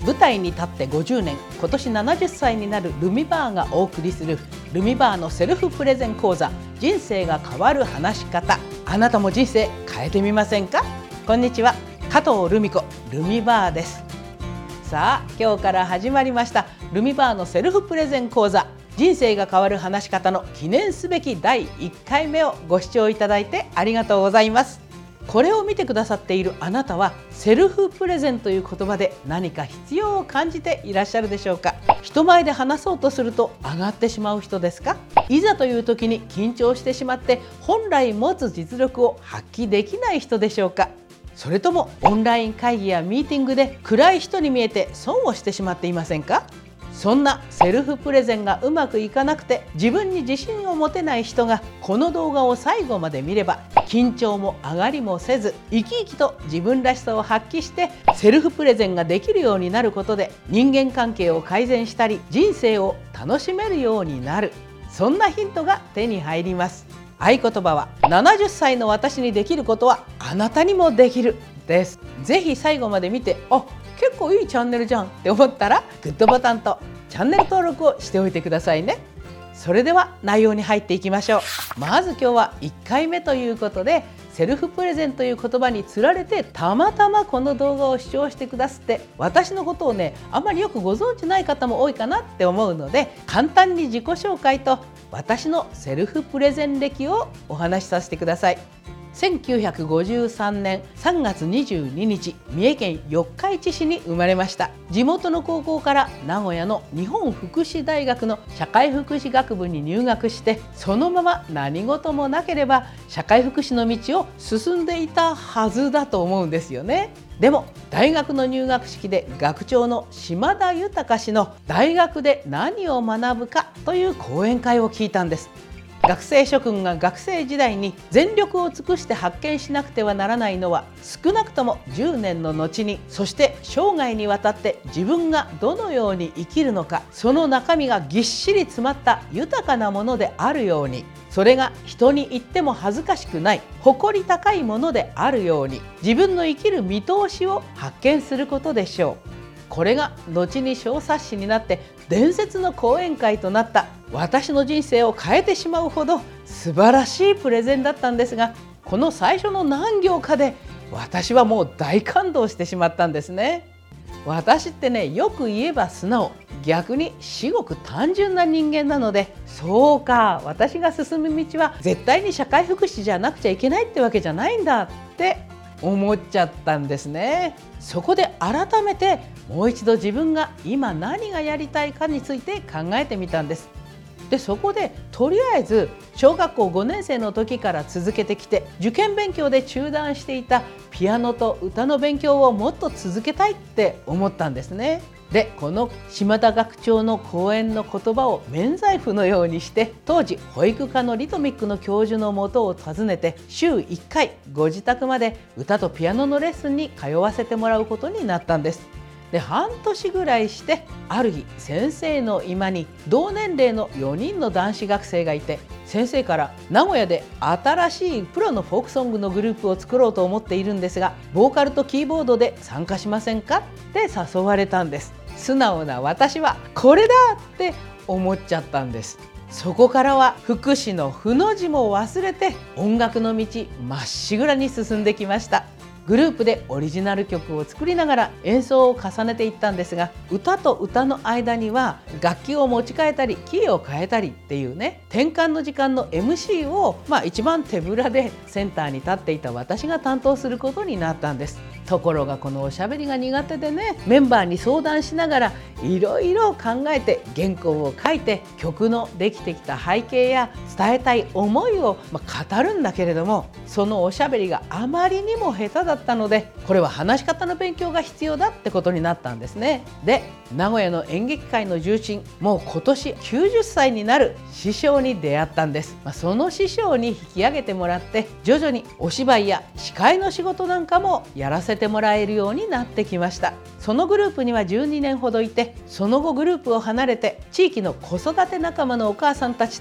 舞台に立って50年、今年70歳になるルミバーがお送りするルミバーのセルフプレゼン講座、人生が変わる話し方。あなたも人生変えてみませんか？こんにちは、加藤ルミ子、ルミバーです。さあ、今日から始まりましたルミバーのセルフプレゼン講座、人生が変わる話し方の記念すべき第1回目をご視聴いただいてありがとうございます。これを見てくださっているあなたは、セルフプレゼンという言葉で何か必要を感じていらっしゃるでしょうか？人前で話そうとすると上がってしまう人ですか？いざという時に緊張してしまって本来持つ実力を発揮できない人でしょうか？それともオンライン会議やミーティングで暗い人に見えて損をしてしまっていませんか？そんなセルフプレゼンがうまくいかなくて自分に自信を持てない人が、この動画を最後まで見れば緊張も上がりもせず、生き生きと自分らしさを発揮してセルフプレゼンができるようになることで、人間関係を改善したり人生を楽しめるようになる、そんなヒントが手に入ります。合言葉は、70歳の私にできることはあなたにもできるです。ぜひ最後まで見て、結構いいチャンネルじゃんって思ったら、グッドボタンとチャンネル登録をしておいてくださいね。それでは内容に入っていきましょう。まず今日は1回目ということで、セルフプレゼンという言葉につられてたまたまこの動画を視聴してくださって、私のことをね、あまりよくご存知ない方も多いかなって思うので、簡単に自己紹介と私のセルフプレゼン歴をお話しさせてください。1953年3月22日、三重県四日市市に生まれました。地元の高校から名古屋の日本福祉大学の社会福祉学部に入学して、そのまま何事もなければ社会福祉の道を進んでいたはずだと思うんですよね。でも大学の入学式で学長の島田豊氏の大学で何を学ぶかという講演会を聞いたんです。学生諸君が学生時代に全力を尽くして発見しなくてはならないのは、少なくとも10年の後に、そして生涯にわたって自分がどのように生きるのか、その中身がぎっしり詰まった豊かなものであるように、それが人に言っても恥ずかしくない誇り高いものであるように、自分の生きる見通しを発見することでしょう。これが後に小冊子になって伝説の講演会となった、私の人生を変えてしまうほど素晴らしいプレゼンだったんですが、この最初の何行かで私はもう大感動してしまったんですね。私ってね、よく言えば素直、逆に至極単純な人間なので、そうか、私が進む道は絶対に社会福祉じゃなくちゃいけないってわけじゃないんだって思っちゃったんですね。そこで改めてもう一度自分が今何がやりたいかについて考えてみたんです。でそこでとりあえず小学校5年生の時から続けてきて、受験勉強で中断していたピアノと歌の勉強をもっと続けたいって思ったんですね。でこの島田学長の講演の言葉を免罪符のようにして、当時保育科のリトミックの教授のもとを訪ねて、週1回ご自宅まで歌とピアノのレッスンに通わせてもらうことになったんです。で半年ぐらいして、ある日先生の居間に同年齢の4人の男子学生がいて、先生から名古屋で新しいプロのフォークソングのグループを作ろうと思っているんですが、ボーカルとキーボードで参加しませんかって誘われたんです。素直な私はこれだって思っちゃったんです。そこからは福祉の負の字も忘れて、音楽の道まっしぐらに進んできました。グループでオリジナル曲を作りながら演奏を重ねていったんですが、歌と歌の間には楽器を持ち替えたりキーを変えたりっていうね、転換の時間の MC を一番手ぶらでセンターに立っていた私が担当することになったんです。ところがこのおしゃべりが苦手でね、メンバーに相談しながらいろいろ考えて原稿を書いて、曲のできてきた背景や伝えたい思いを語るんだけれども、そのおしゃべりがあまりにも下手だったので、これは話し方の勉強が必要だってことになったんですね。で名古屋の演劇界の重鎮、もう今年90歳になる師匠に出会ったんです。その師匠に引き上げてもらって、徐々にお芝居や司会の仕事なんかもやらせてもらえるようになってきました。そのグループには12年ほどいて、その後グループを離れて地域の子育て仲間のお母さんたちと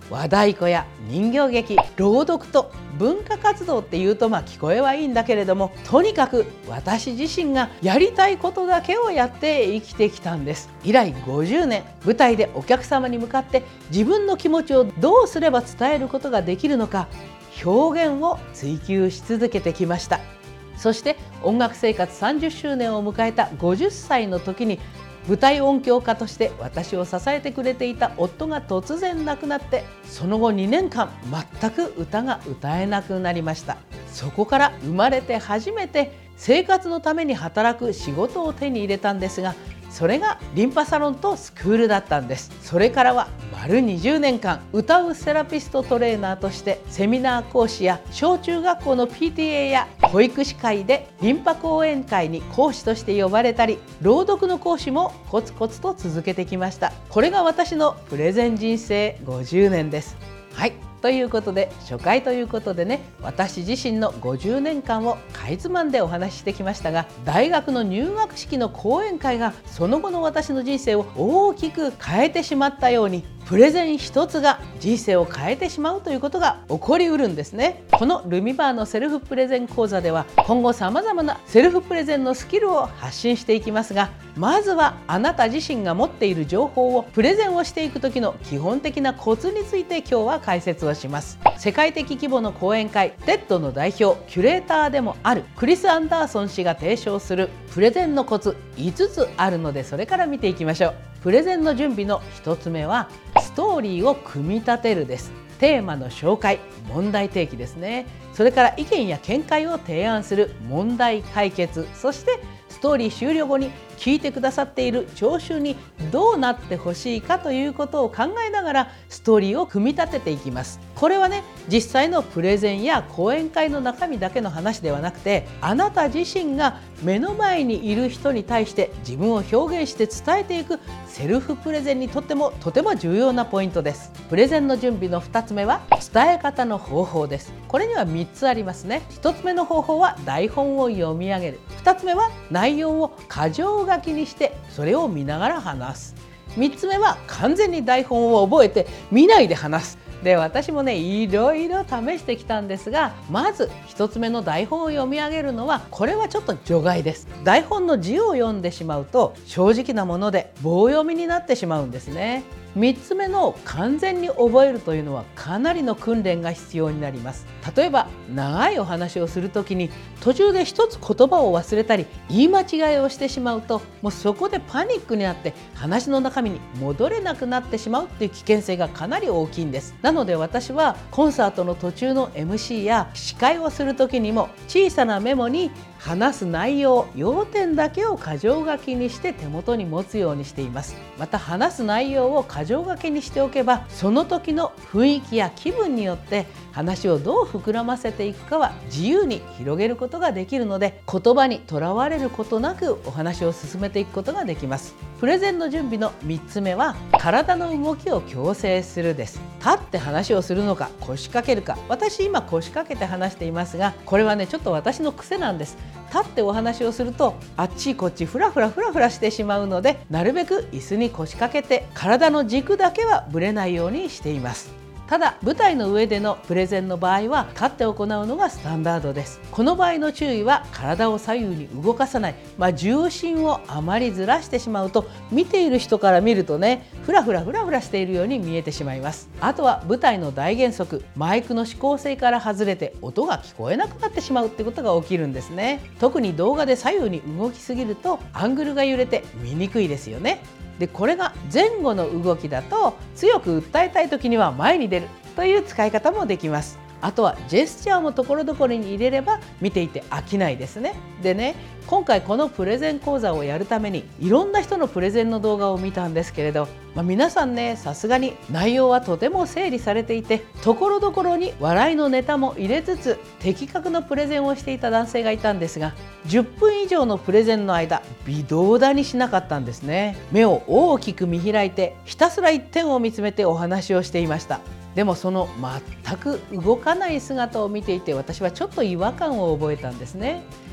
和太鼓や人形劇、朗読と文化活動っていうと聞こえはいいんだけれども、とにかく私自身がやりたいことだけをやって生きてきたんです。以来50年、舞台でお客様に向かって自分の気持ちをどうすれば伝えることができるのか、表現を追求し続けてきました。そして音楽生活30周年を迎えた50歳の時に、舞台音響家として私を支えてくれていた夫が突然亡くなって、その後2年間全く歌が歌えなくなりました。そこから生まれて初めて生活のために働く仕事を手に入れたんですが、それがリンパサロンとスクールだったんです。それからは丸20年間歌うセラピストトレーナーとしてセミナー講師や小中学校の PTA や保育士会でリンパ講演会に講師として呼ばれたり、朗読の講師もコツコツと続けてきました。これが私のプレゼン人生50年です。はい、ということで初回ということでね、私自身の50年間をかいつまんでお話ししてきましたが、大学の入学式の講演会がその後の私の人生を大きく変えてしまったように、プレゼン一つが人生を変えてしまうということが起こりうるんですね。このルミバーのセルフプレゼン講座では今後さまざまなセルフプレゼンのスキルを発信していきますが、まずはあなた自身が持っている情報をプレゼンをしていく時の基本的なコツについて今日は解説をします。世界的規模の講演会 TED の代表キュレーターでもあるクリス・アンダーソン氏が提唱するプレゼンのコツ5つあるので、それから見ていきましょう。プレゼンの準備の1つ目はストーリーを組み立てるです。テーマの紹介、問題提起ですね。それから意見や見解を提案する問題解決、そしてストーリー終了後に聞いてくださっている聴衆にどうなってほしいかということを考えながらストーリーを組み立てていきます。これはね、実際のプレゼンや講演会の中身だけの話ではなくて、あなた自身が目の前にいる人に対して自分を表現して伝えていくセルフプレゼンにとても重要なポイントです。プレゼンの準備の2つ目は伝え方の方法です。これには3つありますね。1つ目の方法は台本を読み上げる。2つ目は内容を箇条書きにしてそれを見ながら話す。3つ目は完全に台本を覚えて見ないで話す。で、私もねいろいろ試してきたんですが、まず1つ目の台本を読み上げるのは、これはちょっと除外です。台本の字を読んでしまうと正直なもので棒読みになってしまうんですね。3つ目の完全に覚えるというのはかなりの訓練が必要になります。例えば長いお話をするときに途中で一つ言葉を忘れたり言い間違いをしてしまうと、もうそこでパニックになって話の中身に戻れなくなってしまうっていう危険性がかなり大きいんです。なので私はコンサートの途中の MC や司会をするときにも小さなメモに話す内容、要点だけを箇条書きにして手元に持つようにしています。また話す内容を箇条書きにしておけば、その時の雰囲気や気分によって話をどう膨らませていくかは自由に広げることができるので、言葉にとらわれることなくお話を進めていくことができます。プレゼンの準備の3つ目は体の動きを矯正するです。立って話をするのか腰掛けるか。私今腰掛けて話していますが、これはねちょっと私の癖なんです。立ってお話をするとあっちこっちフラフラしてしまうので、なるべく椅子に腰掛けて体の軸だけはぶれないようにしています。ただ舞台の上でのプレゼンの場合は立って行うのがスタンダードです。この場合の注意は体を左右に動かさない、重心をあまりずらしてしまうと見ている人から見るとねフラフラしているように見えてしまいます。あとは舞台の大原則、マイクの指向性から外れて音が聞こえなくなってしまうってことが起きるんですね。特に動画で左右に動きすぎるとアングルが揺れて見にくいですよね。で、これが前後の動きだと強く訴えたい時には前に出るという使い方もできます。あとはジェスチャーもところどころに入れれば見ていて飽きないですね。でね、今回このプレゼン講座をやるためにいろんな人のプレゼンの動画を見たんですけれど、皆さんねさすがに内容はとても整理されていて、ところどころに笑いのネタも入れつつ的確なプレゼンをしていた男性がいたんですが、10分以上のプレゼンの間微動だにしなかったんですね。目を大きく見開いてひたすら一点を見つめてお話をしていました。でもその全く動かない姿を見ていて、私はちょっと違和感を覚えたんですね。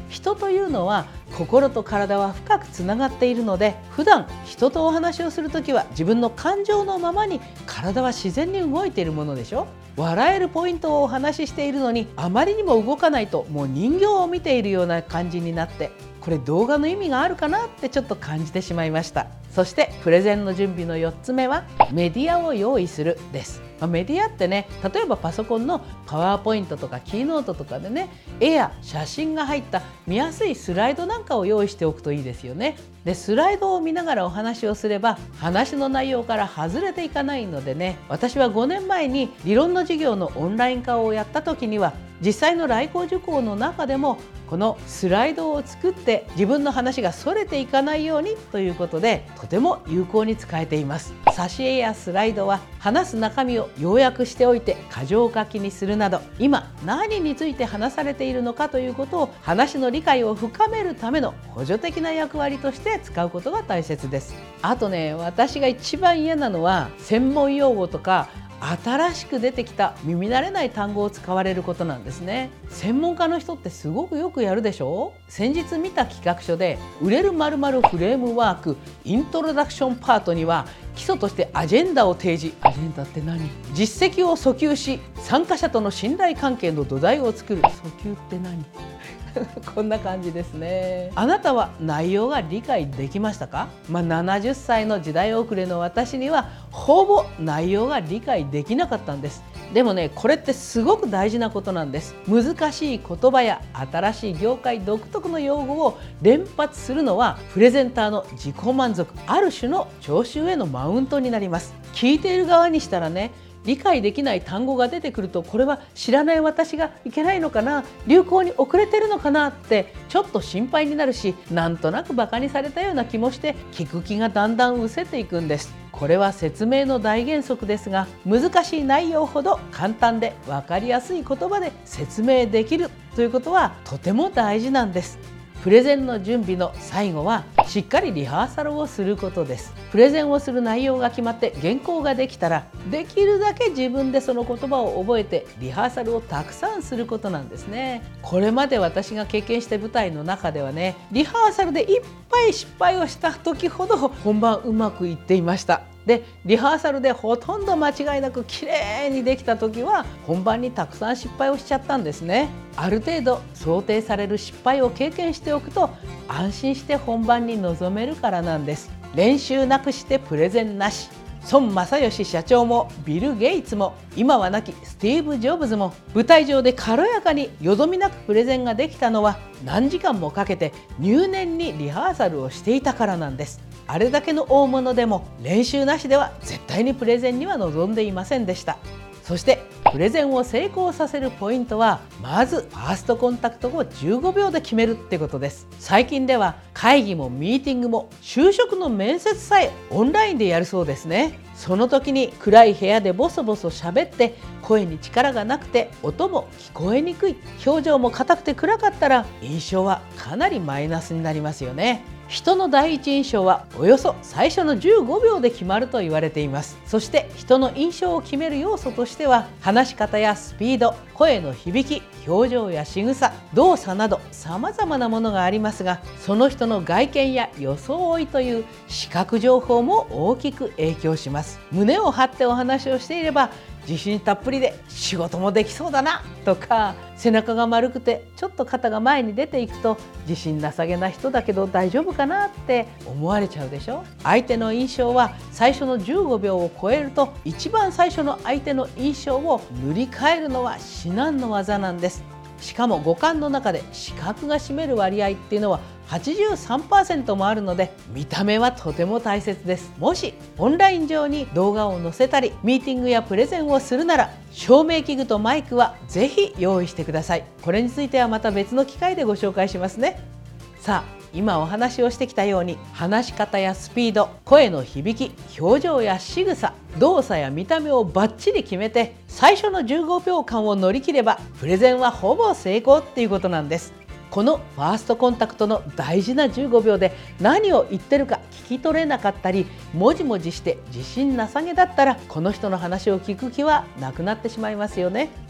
人というのは心と体は深くつながっているので、普段人とお話をするときは自分の感情のままに体は自然に動いているものでしょ。笑えるポイントをお話ししているのにあまりにも動かないと、もう人形を見ているような感じになって、これ動画の意味があるかなってちょっと感じてしまいました。そしてプレゼンの準備の4つ目はメディアを用意するです。メディアってね、例えばパソコンのパワーポイントとかキーノートとかでね、絵や写真が入った見やすいスライドなんかを用意しておくといいですよね。で、スライドを見ながらお話をすれば話の内容から外れていかないのでね、私は5年前に理論の授業のオンライン化をやった時には、実際の来校受講の中でもこのスライドを作って自分の話がそれていかないようにということで、とても有効に使えています。挿絵やスライドは話す中身を要約しておいて箇条書きにするなど、今何について話されているのかということを話の理解を深めるための補助的な役割として使うことが大切です。あとね、私が一番嫌なのは専門用語とか新しく出てきた耳慣れない単語を使われることなんですね。専門家の人ってすごくよくやるでしょ。先日見た企画書で売れる〇〇フレームワークイントロダクションパートには、基礎としてアジェンダを提示。アジェンダって何？実績を訴求し参加者との信頼関係の土台を作る。訴求って何？こんな感じですね。あなたは内容が理解できましたか？70歳の時代遅れの私にはほぼ内容が理解できなかったんです。でもね、これってすごく大事なことなんです。難しい言葉や新しい業界独特の用語を連発するのはプレゼンターの自己満足、ある種の聴衆へのマウントになります。聞いている側にしたらね、理解できない単語が出てくると、これは知らない私がいけないのかな、流行に遅れてるのかなってちょっと心配になるし、なんとなくバカにされたような気もして聞く気がだんだん失せていくんです。これは説明の大原則ですが、難しい内容ほど簡単で分かりやすい言葉で説明できるということはとても大事なんです。プレゼンの準備の最後はしっかりリハーサルをすることです。プレゼンをする内容が決まって原稿ができたら、できるだけ自分でその言葉を覚えてリハーサルをたくさんすることなんですね。これまで私が経験した舞台の中ではね、リハーサルでいっぱい失敗をした時ほど本番うまくいっていました。で、リハーサルでほとんど間違いなく綺麗にできた時は本番にたくさん失敗をしちゃったんですね。ある程度想定される失敗を経験しておくと安心して本番に臨めるからなんです。練習なくしてプレゼンなし。孫正義社長もビル・ゲイツも今は亡きスティーブ・ジョブズも舞台上で軽やかによどみなくプレゼンができたのは、何時間もかけて入念にリハーサルをしていたからなんです。あれだけの大物でも練習なしでは絶対にプレゼンには臨んでいませんでした。そしてプレゼンを成功させるポイントは、まずファーストコンタクトを15秒で決めるってことです。最近では会議もミーティングも就職の面接さえオンラインでやるそうですね。その時に暗い部屋でボソボソ喋って声に力がなくて音も聞こえにくい、表情も硬くて暗かったら印象はかなりマイナスになりますよね。人の第一印象はおよそ最初の15秒で決まると言われています。そして人の印象を決める要素としては、話し方やスピード、声の響き、表情や仕草、動作など様々なものがありますが、その人の外見や装いという視覚情報も大きく影響します。胸を張ってお話をしていれば自信たっぷりで仕事もできそうだなとか、背中が丸くてちょっと肩が前に出ていくと自信なさげな人だけど大丈夫かなって思われちゃうでしょ。相手の印象は最初の15秒を超えると、一番最初の相手の印象を塗り替えるのは至難の業なんです。しかも五感の中で視覚が占める割合っていうのは83% もあるので、見た目はとても大切です。もしオンライン上に動画を載せたりミーティングやプレゼンをするなら、照明器具とマイクはぜひ用意してください。これについてはまた別の機会でご紹介しますね。さあ、今お話をしてきたように、話し方やスピード、声の響き、表情や仕草、動作や見た目をバッチリ決めて最初の15秒間を乗り切ればプレゼンはほぼ成功っていうことなんです。このファーストコンタクトの大事な15秒で何を言ってるか聞き取れなかったり、もじもじして自信なさげだったら、この人の話を聞く気はなくなってしまいますよね。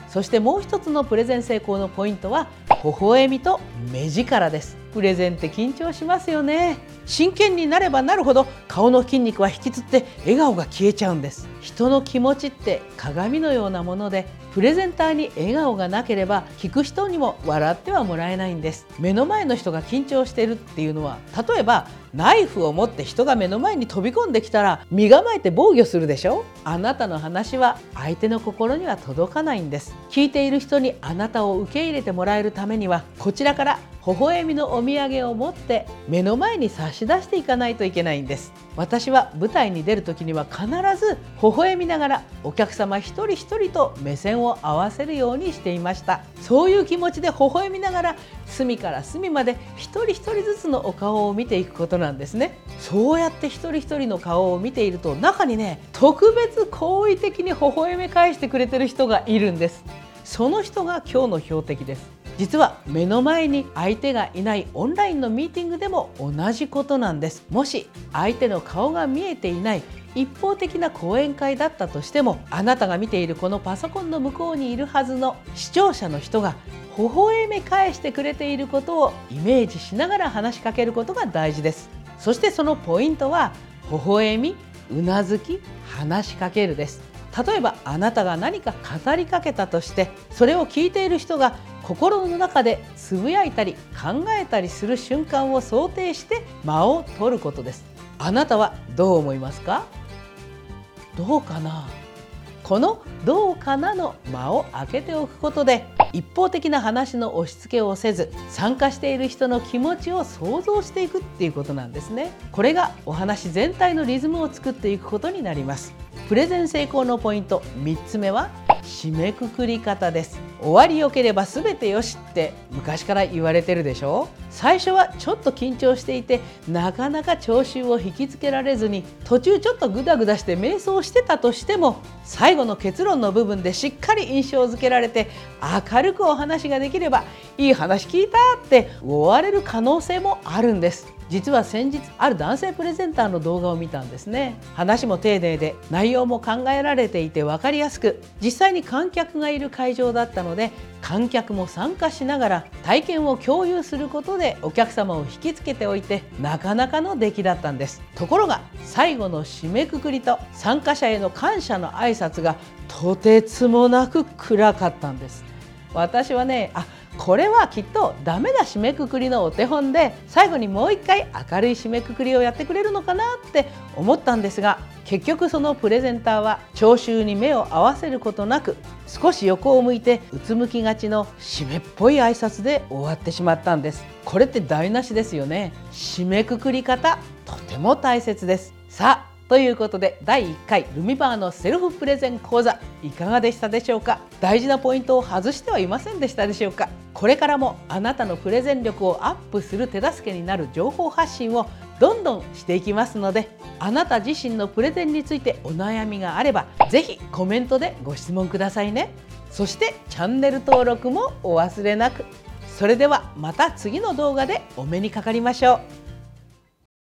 そしてもう一つのプレゼン成功のポイントは微笑みと目力です。プレゼンって緊張しますよね。真剣になればなるほど顔の筋肉は引きつって笑顔が消えちゃうんです。人の気持ちって鏡のようなもので、プレゼンターに笑顔がなければ聞く人にも笑ってはもらえないんです。目の前の人が緊張しているっていうのは、例えばナイフを持って人が目の前に飛び込んできたら身構えて防御するでしょ。あなたの話は相手の心には届かないんです。聞いている人にあなたを受け入れてもらえるためには、こちらから微笑みのお土産を持って目の前に差し出していかないといけないんです。私は舞台に出る時には必ず微笑みながらお客様一人一人と目線を合わせるようにしていました。そういう気持ちで微笑みながら隅から隅まで一人一人ずつのお顔を見ていくことなんですね。そうやって一人一人の顔を見ていると、中にね、特別好意的に微笑み返してくれてる人がいるんです。その人が今日の標的です。実は目の前に相手がいないオンラインのミーティングでも同じことなんです。もし相手の顔が見えていない一方的な講演会だったとしても、あなたが見ているこのパソコンの向こうにいるはずの視聴者の人が微笑み返してくれていることをイメージしながら話しかけることが大事です。そしてそのポイントは微笑み、うなずき、話しかけるです。例えばあなたが何か語りかけたとして、それを聞いている人が心の中でつぶやいたり考えたりする瞬間を想定して間を取ることです。あなたはどう思いますか？どうかな？このどうかなの間を空けておくことで、一方的な話の押し付けをせず、参加している人の気持ちを想像していくっていうことなんですね。これがお話全体のリズムを作っていくことになります。プレゼン成功のポイント3つ目は締めくくり方です。終わりよければ全てよしって昔から言われてるでしょ。最初はちょっと緊張していてなかなか聴衆を引きつけられずに、途中ちょっとグダグダして迷走してたとしても、最後の結論の部分でしっかり印象づけられて明るくお話ができれば、いい話聞いたって終われる可能性もあるんです。実は先日ある男性プレゼンターの動画を見たんですね。話も丁寧で内容も考えられていて分かりやすく、実際に観客がいる会場だったので観客も参加しながら体験を共有することでお客様を引きつけておいて、なかなかの出来だったんです。ところが最後の締めくくりと参加者への感謝の挨拶がとてつもなく暗かったんです。私はね、これはきっとダメな締めくくりのお手本で、最後にもう一回明るい締めくくりをやってくれるのかなって思ったんですが、結局そのプレゼンターは聴衆に目を合わせることなく、少し横を向いてうつむきがちの締めっぽい挨拶で終わってしまったんです。これって台無しですよね。締めくくり方、とても大切です。さあ、ということで第1回ルミバーのセルフプレゼン講座いかがでしたでしょうか？大事なポイントを外してはいませんでしたでしょうか？これからもあなたのプレゼン力をアップする手助けになる情報発信をどんどんしていきますので、あなた自身のプレゼンについてお悩みがあればぜひコメントでご質問くださいね。そしてチャンネル登録もお忘れなく。それではまた次の動画でお目にかかりましょう。